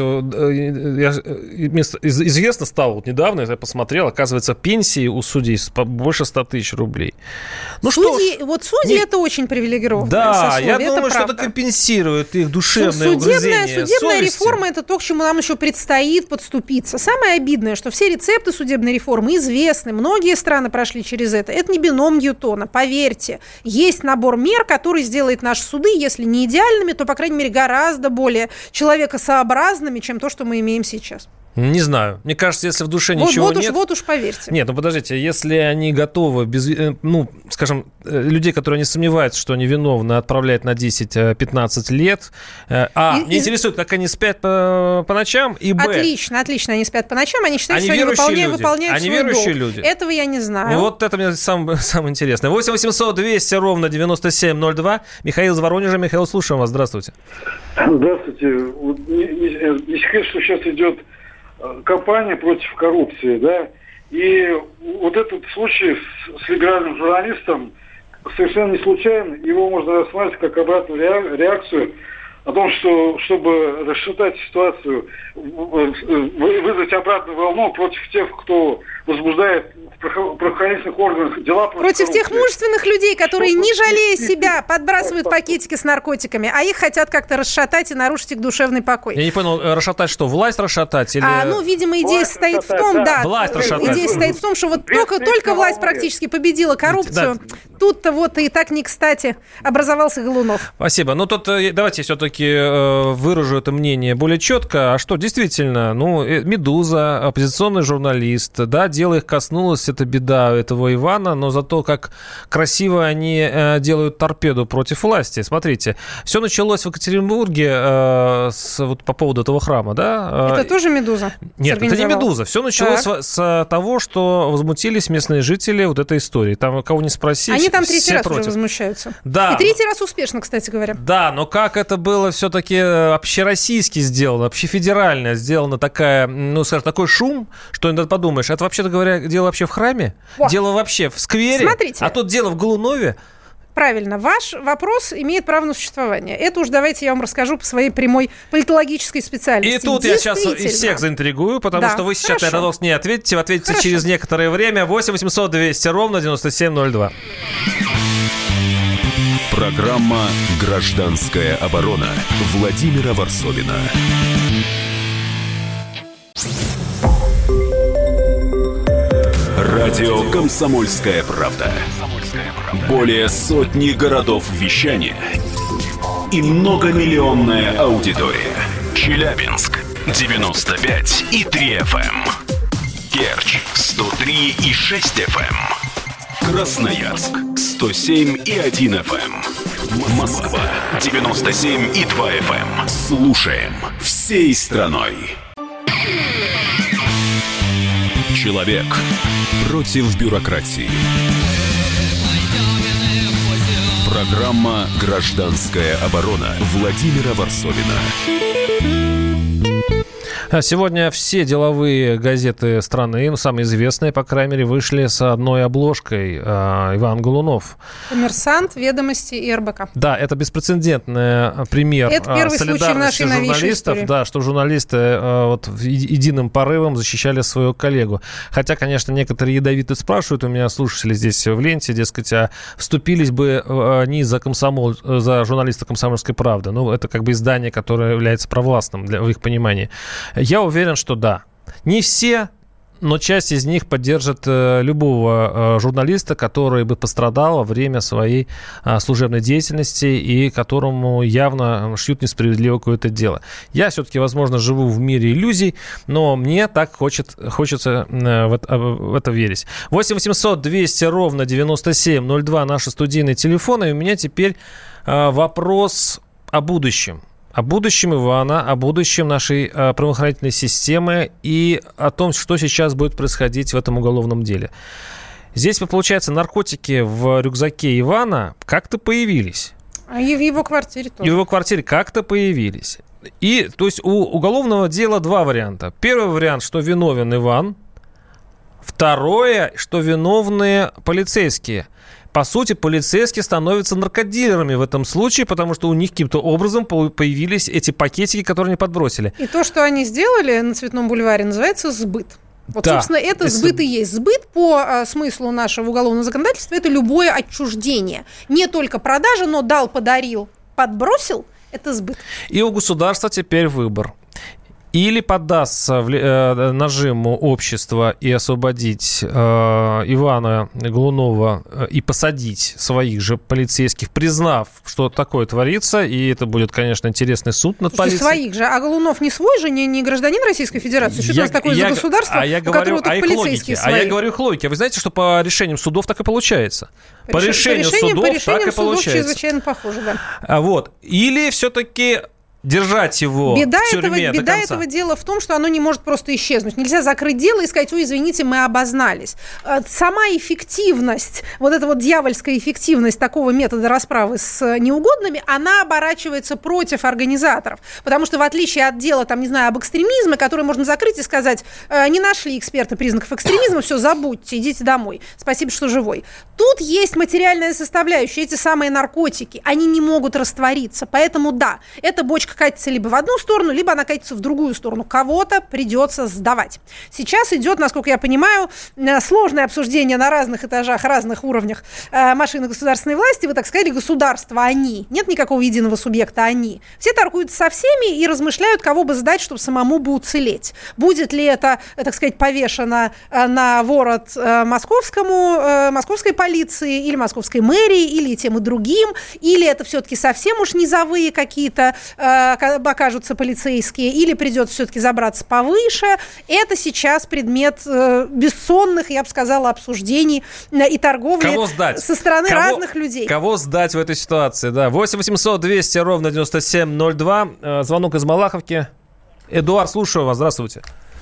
известно стало вот недавно, я посмотрел, оказывается, пенсии у судей больше 100 тысяч рублей. Ну, судьи, вот судьи это очень привилегированное сословие, я думаю, что это компенсирует их душевное угрызение Судебная реформа – это то, к чему нам еще предстоит подступиться. Самое обидное, что все рецепты судебной реформы известны, многие страны прошли через это. Это не бином Ньютона, поверьте. Есть набор мер, который сделает наши суды, если не идеальными, то, по крайней мере, гораздо более человекосообразными, чем то, что мы имеем сейчас. Не знаю. Мне кажется, если в душе ничего нет... Вот уж поверьте. Нет, ну подождите, если они готовы, людей, которые не сомневаются, что они виновны, отправлять на 10-15 лет, не интересует, как они спят по ночам, и б... Отлично, они спят по ночам, они считают, что они выполняют свой долг. Люди. Этого я не знаю. Ну, вот это мне самое интересное. 8 800 200 ровно 9702. Михаил из Воронежа. Михаил, слушаем вас. Здравствуйте. Здравствуйте. Не секрет, что сейчас идет кампания против коррупции, да, и вот этот случай с либеральным журналистом совершенно не случайен, его можно рассматривать как обратную реакцию о том, что, чтобы расшатать ситуацию, вызвать обратную волну против тех, кто возбуждает правоохранительных органах дела против тех мужественных людей, которые, не жалея себя, подбрасывают пакетики с наркотиками, а их хотят как-то расшатать и нарушить их душевный покой. Я не понял, расшатать что? Власть расшатать? Или... Видимо, идея состоит в том, власть расшатать. Идея состоит в том, что вот только власть практически победила коррупцию, тут-то вот и так не кстати образовался Голунов. Спасибо. Ну, тут давайте все-таки выражу это мнение более четко. А что, действительно, «Медуза», оппозиционный журналист, да, дело их коснулось, это беда этого Ивана, но зато как красиво они делают торпеду против власти. Смотрите, все началось в Екатеринбурге по поводу этого храма, да? Это тоже «Медуза»? Нет, это не «Медуза». Все началось с того, что возмутились местные жители вот этой историей. Там кого не спроси, они там третий раз уже возмущаются. Да. И третий раз успешно, кстати говоря. Да, но как это было все-таки общероссийски сделано, общефедерально сделано такая, такой шум, что иногда подумаешь, это, вообще-то говоря, дело вообще в храме? Дело вообще в сквере? Смотрите. А тут дело в Голунове? Правильно. Ваш вопрос имеет право на существование. Это уж давайте я вам расскажу по своей прямой политологической специальности. И тут я сейчас и всех заинтригую, потому что вы сейчас на этот вопрос не ответите. Вы ответите через некоторое время. 8 800 200 ровно 9702. Программа «Гражданская оборона» Владимира Варсовина. Радио «Комсомольская правда». Более сотни городов вещания и многомиллионная аудитория. Челябинск 95,3 FM. Керчь 103,6 FM. Красноярск 107,1 FM. Москва 97,2 FM. Слушаем всей страной. Человек против бюрократии. Программа «Гражданская оборона» Владимира Варсовина. Сегодня все деловые газеты страны, самые известные, по крайней мере, вышли с одной обложкой. Иван Голунов. «Коммерсант», «Ведомости» и РБК. Да, это беспрецедентный пример солидарности журналистов. Да, что журналисты единым порывом защищали своего коллегу. Хотя, конечно, некоторые ядовито спрашивают, у меня слушатели здесь в ленте, дескать, а вступились бы они за журналиста «Комсомольской правды». Это как бы издание, которое является провластным в их понимании. Я уверен, что да. Не все, но часть из них поддержит любого журналиста, который бы пострадал во время своей служебной деятельности и которому явно шьют несправедливо какое-то дело. Я все-таки, возможно, живу в мире иллюзий, но мне так хочется в это верить. 8 800 200 ровно 9702 наши студийные телефоны. И у меня теперь вопрос о будущем. О будущем Ивана, о будущем нашей правоохранительной системы и о том, что сейчас будет происходить в этом уголовном деле. Здесь, получается, наркотики в рюкзаке Ивана как-то появились. А и в его квартире тоже. И в его квартире как-то появились. И, то есть, у уголовного дела два варианта. Первый вариант, что виновен Иван. Второе, что виновны полицейские. По сути, полицейские становятся наркодилерами в этом случае, потому что у них каким-то образом появились эти пакетики, которые они подбросили. И то, что они сделали на Цветном бульваре, называется сбыт. Вот, да, собственно, это сбыт и есть. Сбыт по смыслу нашего уголовного законодательства – это любое отчуждение. Не только продажа, но дал, подарил, подбросил – это сбыт. И у государства теперь выбор. Или поддастся нажиму общества и освободить Ивана Голунова и посадить своих же полицейских, признав, что такое творится, и это будет, конечно, интересный суд над полицией. Своих же, а Голунов не свой же, не гражданин Российской Федерации? Что у нас такое за государство, у которого только полицейские свои? А я говорю их логике. Вы знаете, что по решениям судов так и получается? По решениям судов так и получается. Чрезвычайно похоже, да. Вот. Или все-таки держать его в тюрьме до конца. Беда этого дела в том, что оно не может просто исчезнуть. Нельзя закрыть дело и сказать: ой, извините, мы обознались. Сама эффективность, вот эта вот дьявольская эффективность такого метода расправы с неугодными, она оборачивается против организаторов. Потому что в отличие от дела, там, не знаю, об экстремизме, которое можно закрыть и сказать: не нашли эксперты признаков экстремизма, все, забудьте, идите домой. Спасибо, что живой. Тут есть материальная составляющая, эти самые наркотики, они не могут раствориться. Поэтому да, эта бочка катится либо в одну сторону, либо она катится в другую сторону. Кого-то придется сдавать. Сейчас идет, насколько я понимаю, сложное обсуждение на разных этажах, разных уровнях машины государственной власти. Вы так сказали, государство, они. Нет никакого единого субъекта, они. Все торгуются со всеми и размышляют, кого бы сдать, чтобы самому бы уцелеть. Будет ли это, так сказать, повешено на ворот московской полиции или московской мэрии, или тем и другим, или это все-таки совсем уж низовые какие-то окажутся полицейские, или придется все-таки забраться повыше. Это сейчас предмет бессонных, я бы сказала, обсуждений и торговли со стороны разных людей. Кого сдать в этой ситуации? Да. 8 800 200 ровно 9702. Звонок из Малаховки. Эдуард, слушаю вас. Здравствуйте.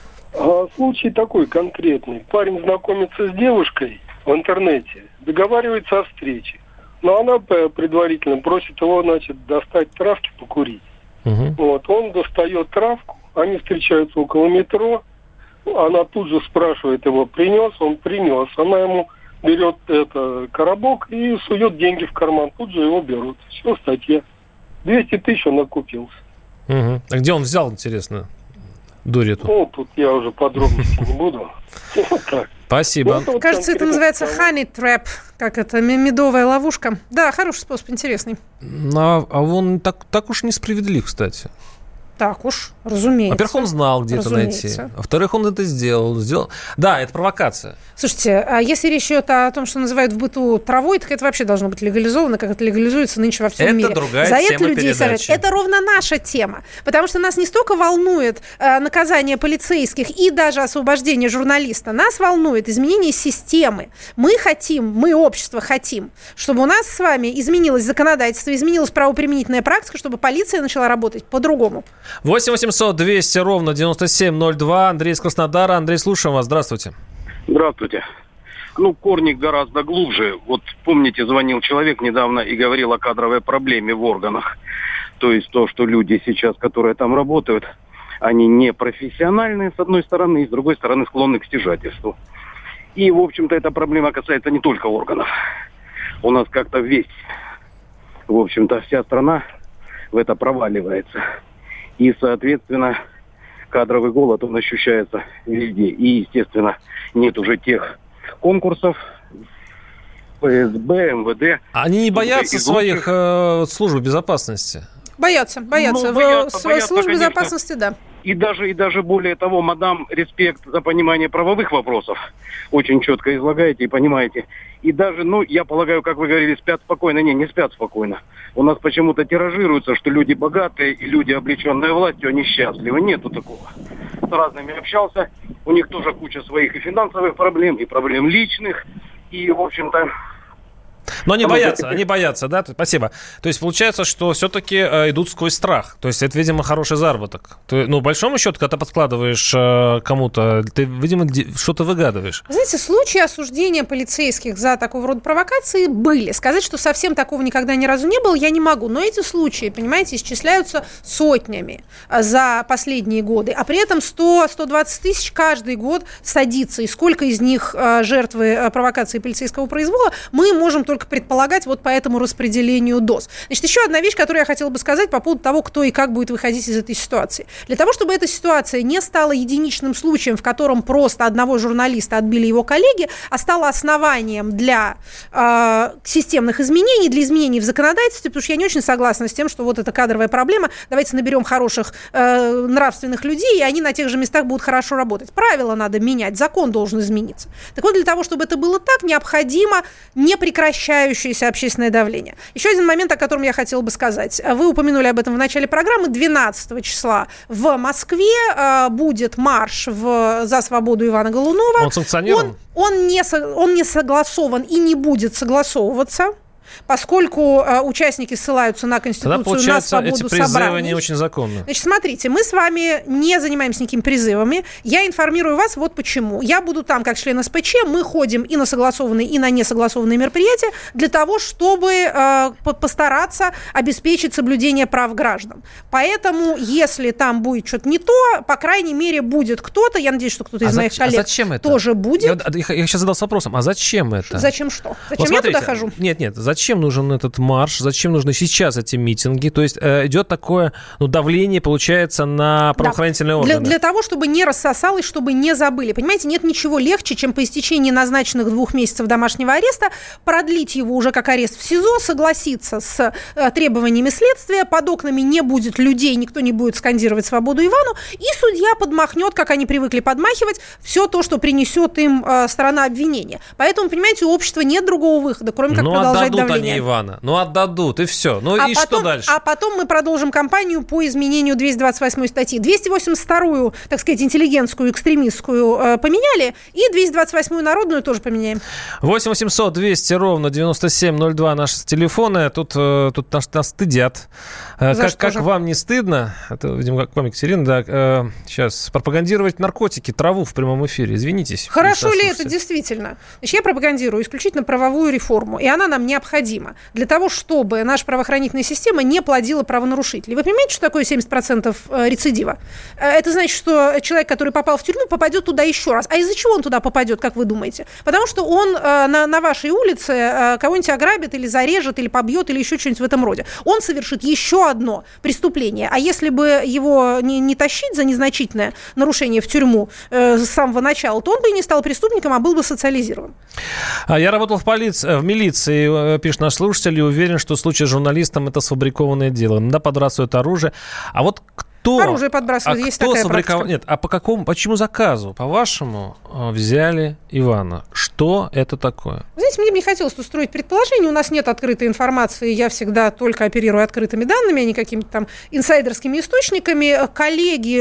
Случай такой конкретный. Парень знакомится с девушкой в интернете, договаривается о встрече. Но она предварительно просит его, достать травки покурить. Вот, он достает травку, они встречаются около метро, она тут же спрашивает его, принес, он принес. Она ему берет коробок и сует деньги в карман, тут же его берут. Все, статья. 200 тысяч он окупился. А где он взял, интересно, дурь эту? Тут я уже подробности не буду. Вот так. Спасибо. Кажется, это называется honey trap, как это, медовая ловушка. Да, хороший способ, интересный. А он так уж несправедлив, кстати. Так уж, разумеется. Во-первых, он знал, где это найти. Во-вторых, он это сделал. Да, это провокация. Слушайте, а если речь идет о том, что называют в быту травой, так это вообще должно быть легализовано, как это легализуется нынче во всем мире. Это другая тема это людей передачи. Это ровно наша тема. Потому что нас не столько волнует наказание полицейских и даже освобождение журналиста. Нас волнует изменение системы. Мы, общество хотим, чтобы у нас с вами изменилось законодательство, изменилась правоприменительная практика, чтобы полиция начала работать по-другому. 8 800 200 ровно 9702. Андрей из Краснодара. Андрей, слушаем вас. Здравствуйте. Здравствуйте. Корни гораздо глубже. Вот помните, звонил человек недавно и говорил о кадровой проблеме в органах. То есть то, что люди сейчас, которые там работают, они не профессиональные, с одной стороны, и с другой стороны склонны к стяжательству. И, в общем-то, эта проблема касается не только органов. У нас как-то в общем-то, вся страна в это проваливается. И, соответственно, кадровый голод, он ощущается везде. И, естественно, нет уже тех конкурсов ФСБ, МВД. Они не боятся своих служб безопасности? Боятся. В службе безопасности, да. И даже более того, мадам, респект за понимание правовых вопросов. Очень четко излагаете и понимаете. И даже, я полагаю, как вы говорили, спят спокойно. Не спят спокойно. У нас почему-то тиражируется, что люди богатые и люди, облеченные властью, они счастливы. Нету такого. С разными общался. У них тоже куча своих и финансовых проблем, и проблем личных. И, в общем-то... Но они боятся, да? Спасибо. То есть получается, что все-таки идут сквозь страх. То есть это, видимо, хороший заработок. По большому счету, когда ты подкладываешь кому-то, ты, видимо, что-то выгадываешь. Знаете, случаи осуждения полицейских за такого рода провокации были. Сказать, что совсем такого никогда ни разу не было, я не могу. Но эти случаи, понимаете, исчисляются сотнями за последние годы. А при этом 100-120 тысяч каждый год садится. И сколько из них жертвы провокации полицейского произвола, мы можем только предполагать вот по этому распределению доз. Значит, еще одна вещь, которую я хотела бы сказать по поводу того, кто и как будет выходить из этой ситуации. Для того, чтобы эта ситуация не стала единичным случаем, в котором просто одного журналиста отбили его коллеги, а стала основанием для системных изменений, для изменений в законодательстве, потому что я не очень согласна с тем, что вот эта кадровая проблема, давайте наберем хороших нравственных людей, и они на тех же местах будут хорошо работать. Правила надо менять, закон должен измениться. Так вот, для того, чтобы это было так, необходимо не прекращающееся общественное давление. Еще один момент, о котором я хотела бы сказать. Вы упомянули об этом в начале программы. 12 числа в Москве будет марш за свободу Ивана Голунова. Он санкционирован? Он не согласован и не будет согласовываться, поскольку участники ссылаются на Конституцию, на свободу эти призывы собраний. Не очень законны. Значит, смотрите, мы с вами не занимаемся никакими призывами. Я информирую вас вот почему. Я буду там как член СПЧ, мы ходим и на согласованные, и на несогласованные мероприятия для того, чтобы постараться обеспечить соблюдение прав граждан. Поэтому, если там будет что-то не то, по крайней мере, будет кто-то, я надеюсь, что кто-то из моих коллег тоже будет. Я сейчас задался вопросом, а зачем это? Зачем что? Зачем я туда хожу? Нет, зачем? зачем нужен этот марш, зачем нужны сейчас эти митинги? То есть идет такое давление, получается, на правоохранительные органы. Для того, чтобы не рассосалось, чтобы не забыли. Понимаете, нет ничего легче, чем по истечении назначенных 2 месяцев домашнего ареста продлить его уже как арест в СИЗО, согласиться с требованиями следствия, под окнами не будет людей, никто не будет скандировать «Свободу Ивану», и судья подмахнет, как они привыкли подмахивать, все то, что принесет им сторона обвинения. Поэтому, понимаете, у общества нет другого выхода, кроме как продолжать давление. Отдадут они Ивана, отдадут, и все. Что дальше? А потом мы продолжим кампанию по изменению 228 статьи. 282-ю, так сказать, интеллигентскую, экстремистскую поменяли, и 228-ю народную тоже поменяем. 8 800 200 ровно 9702 наши телефоны. Тут нас стыдят. Как вам не стыдно, это, видимо, как вам, Екатерина, да, сейчас пропагандировать наркотики, траву в прямом эфире? Извинитесь. Хорошо ли это действительно? Значит, я пропагандирую исключительно правовую реформу, и она нам необходима для того, чтобы наша правоохранительная система не плодила правонарушителей. Вы понимаете, что такое 70% рецидива? Это значит, что человек, который попал в тюрьму, попадет туда еще раз. А из-за чего он туда попадет, как вы думаете? Потому что он на вашей улице кого-нибудь ограбит или зарежет, или побьет, или еще что-нибудь в этом роде. Он совершит еще одно преступление. А если бы его не тащить за незначительное нарушение в тюрьму с самого начала, то он бы и не стал преступником, а был бы социализирован. Я работал в милиции, пишет наш слушатель, и уверен, что в случае с журналистом это сфабрикованное дело. Иногда подбрасывают оружие. А вот оружие подбрасывают, есть такая практика. Нет, почему заказу, по-вашему, взяли Ивана? Что это такое? Знаете, мне бы не хотелось тут строить предположение. У нас нет открытой информации. Я всегда только оперирую открытыми данными, а не какими-то там инсайдерскими источниками. Коллеги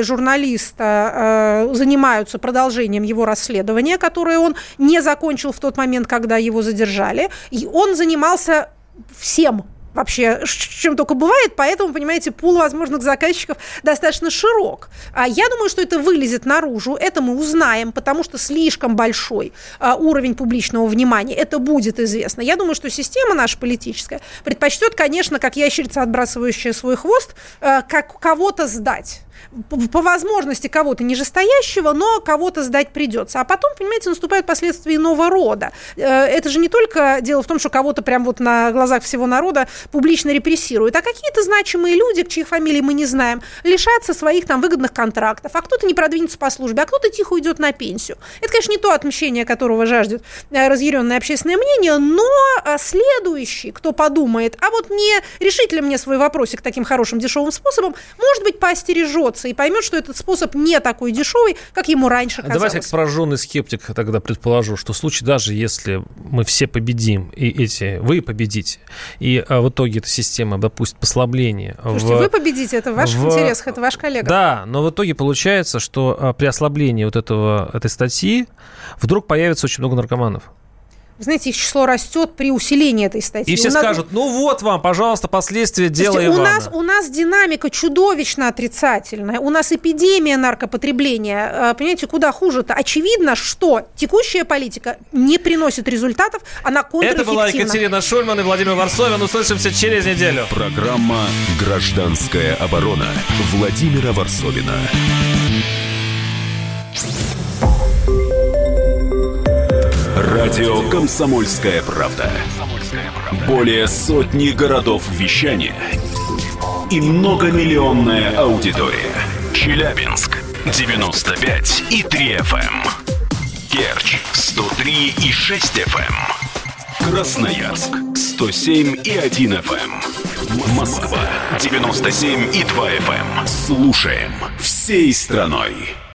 журналиста занимаются продолжением его расследования, которое он не закончил в тот момент, когда его задержали. И он занимался всем. Вообще, чем только бывает, поэтому, понимаете, пул возможных заказчиков достаточно широк. Я думаю, что это вылезет наружу, это мы узнаем, потому что слишком большой уровень публичного внимания, это будет известно. Я думаю, что система наша политическая предпочтет, конечно, как ящерица, отбрасывающая свой хвост, как кого-то сдать. По возможности кого-то нижестоящего, но кого-то сдать придется. А потом, понимаете, наступают последствия иного рода. Это же не только дело в том, что кого-то прям вот на глазах всего народа публично репрессируют, а какие-то значимые люди, чьих фамилий мы не знаем, лишатся своих там выгодных контрактов, а кто-то не продвинется по службе, а кто-то тихо уйдет на пенсию. Это, конечно, не то отмщение, которого жаждет разъяренное общественное мнение, но следующий, кто подумает, а вот не решить ли мне свой вопросик таким хорошим дешевым способом, может быть, поостережется и поймет, что этот способ не такой дешевый, как ему раньше казалось. Давайте, как пораженный скептик, тогда предположу, что в случае, даже если мы все победим, и вы победите, и в итоге эта система допустит послабление. Слушайте, вы победите, это в ваших интересах, это ваш коллега. Да, но в итоге получается, что при ослаблении этой статьи вдруг появится очень много наркоманов. Вы знаете, их число растет при усилении этой статьи. И все скажут, вот вам, пожалуйста, последствия дела Ивана. У нас динамика чудовищно отрицательная. У нас эпидемия наркопотребления. Понимаете, куда хуже-то? Очевидно, что текущая политика не приносит результатов, она контрэффективна. Это была Екатерина Шульман и Владимир Варсовин. Услышимся через неделю. Программа «Гражданская оборона» Владимира Варсовина. Радио «Комсомольская правда». Более сотни городов вещания и многомиллионная аудитория. Челябинск 95,3 FM. Керчь 103,6 FM. Красноярск 107,1 FM. Москва 97,2 FM. Слушаем всей страной.